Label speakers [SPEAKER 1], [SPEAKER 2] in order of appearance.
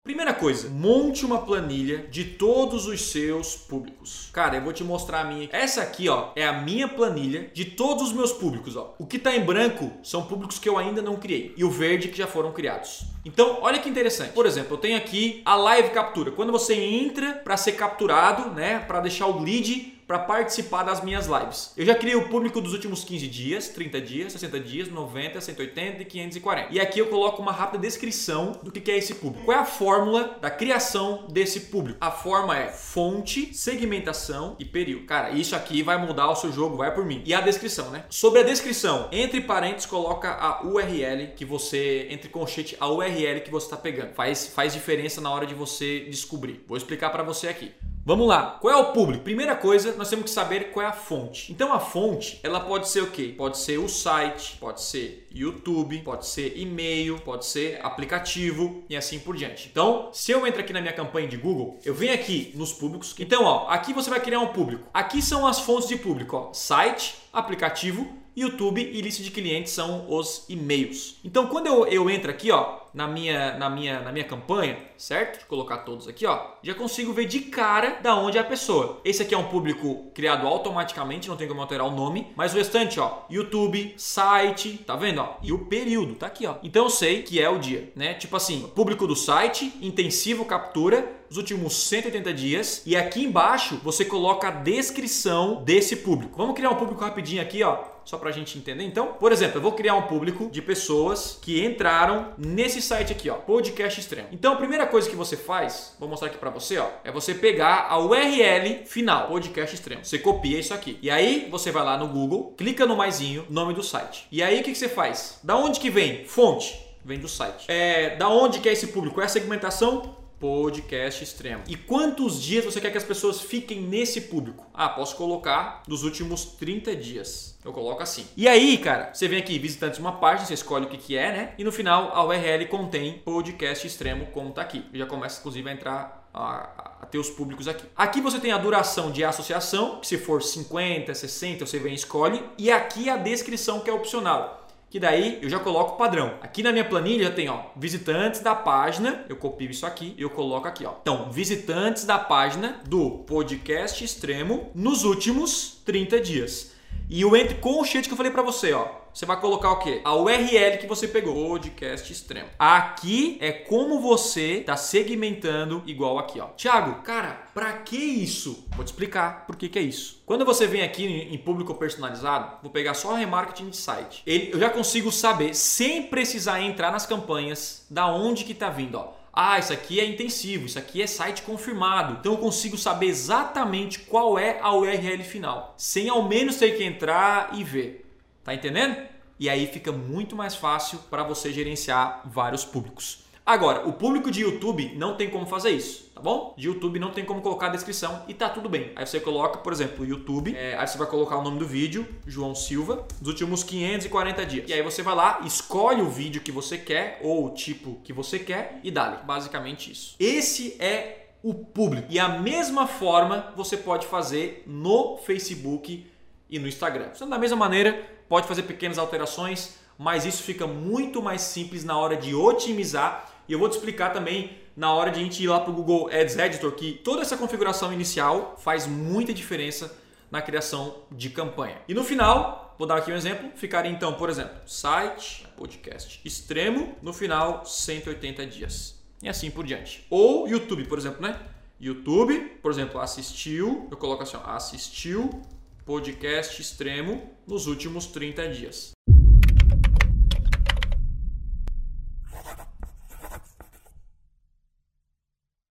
[SPEAKER 1] Primeira coisa, monte uma planilha de todos os seus públicos. Cara, eu vou te mostrar a minha. Essa aqui, ó, é a minha planilha de todos os meus públicos, ó. O que tá em branco são públicos que eu ainda não criei e o verde que já foram criados. Então, olha que interessante. Por exemplo, eu tenho aqui a live captura. Quando você entra para ser capturado, né, para deixar o lead para participar das minhas lives. Eu já criei o público dos últimos 15 dias, 30 dias, 60 dias, 90, 180 e 540. E aqui eu coloco uma rápida descrição do que é esse público. Qual é a fórmula da criação desse público? A forma é fonte, segmentação e período. Cara, isso aqui vai mudar o seu jogo, vai por mim. E a descrição, né? Sobre a descrição, entre parênteses, coloca a URL que você, entre colchete, a URL que você está pegando. Faz diferença na hora de você descobrir. Vou explicar para você aqui. Vamos lá, qual é o público? Primeira coisa, nós temos que saber qual é a fonte. Então a fonte, ela pode ser o quê? Pode ser o site, pode ser YouTube, pode ser e-mail, pode ser aplicativo e assim por diante. Então, se eu entro aqui na minha campanha de Google, eu venho aqui nos públicos. Então, ó, aqui você vai criar um público. Aqui são as fontes de público, ó, site, aplicativo, YouTube e lista de clientes são os e-mails. Então, quando eu entro aqui, ó, na minha campanha, certo? Deixa eu colocar todos aqui, ó. Já consigo ver de cara da onde é a pessoa. Esse aqui é um público criado automaticamente, não tem como alterar o nome, mas o restante, ó, YouTube, site, tá vendo, ó? E o período, tá aqui, ó. Então eu sei que é o dia, né? Tipo assim, público do site, intensivo captura, os últimos 180 dias, e aqui embaixo você coloca a descrição desse público. Vamos criar um público rapidinho aqui, ó, só pra gente entender. Então, por exemplo, eu vou criar um público de pessoas que entraram nesse site aqui, ó, Podcast Extremo. Então, a primeira coisa que você faz, vou mostrar aqui pra você, ó, é você pegar a URL final, Podcast Extremo. Você copia isso aqui. E aí, você vai lá no Google, clica no maisinho, nome do site. E aí, o que você faz? Da onde que vem? Fonte. Vem do site. Da onde que é esse público? Qual é a segmentação? Podcast Extremo. E quantos dias você quer que as pessoas fiquem nesse público? Ah, posso colocar dos últimos 30 dias. Eu coloco assim. E aí, cara, você vem aqui, visitantes de uma página, você escolhe o que é, né? E no final, a URL contém Podcast Extremo, como tá aqui. Já começa, inclusive, a entrar a ter os públicos aqui. Aqui você tem a duração de associação, que se for 50, 60, você vem e escolhe. E aqui a descrição, que é opcional. Que daí eu já coloco o padrão. Aqui na minha planilha tem, ó, visitantes da página, eu copio isso aqui e eu coloco aqui, ó. Então, visitantes da página do Podcast Extremo nos últimos 30 dias. E o entre colchete que eu falei pra você, ó. Você vai colocar o quê? A URL que você pegou. Podcast Extremo. Aqui é como você tá segmentando igual aqui, ó. Thiago, cara, pra que isso? Vou te explicar por que é isso. Quando você vem aqui em público personalizado, vou pegar só o remarketing de site. Eu já consigo saber, sem precisar entrar nas campanhas, da onde que tá vindo, ó. Ah, isso aqui é intensivo, isso aqui é site confirmado. Então eu consigo saber exatamente qual é a URL final, sem ao menos ter que entrar e ver. Tá entendendo? E aí fica muito mais fácil para você gerenciar vários públicos. Agora, o público de YouTube não tem como fazer isso, tá bom? De YouTube não tem como colocar a descrição e tá tudo bem. Aí você coloca, por exemplo, o YouTube, aí você vai colocar o nome do vídeo, João Silva, dos últimos 540 dias. E aí você vai lá, escolhe o vídeo que você quer ou o tipo que você quer e dá-lhe. Basicamente isso. Esse é o público. E a mesma forma você pode fazer no Facebook e no Instagram. Então, da mesma maneira, pode fazer pequenas alterações, mas isso fica muito mais simples na hora de otimizar. E eu vou te explicar também na hora de a gente ir lá para o Google Ads Editor que toda essa configuração inicial faz muita diferença na criação de campanha. E no final, vou dar aqui um exemplo, ficaria então, por exemplo, site, podcast extremo, no final 180 dias. E assim por diante. Ou YouTube, por exemplo, né? YouTube, por exemplo, assistiu, eu coloco assim, ó, assistiu podcast extremo nos últimos 30 dias.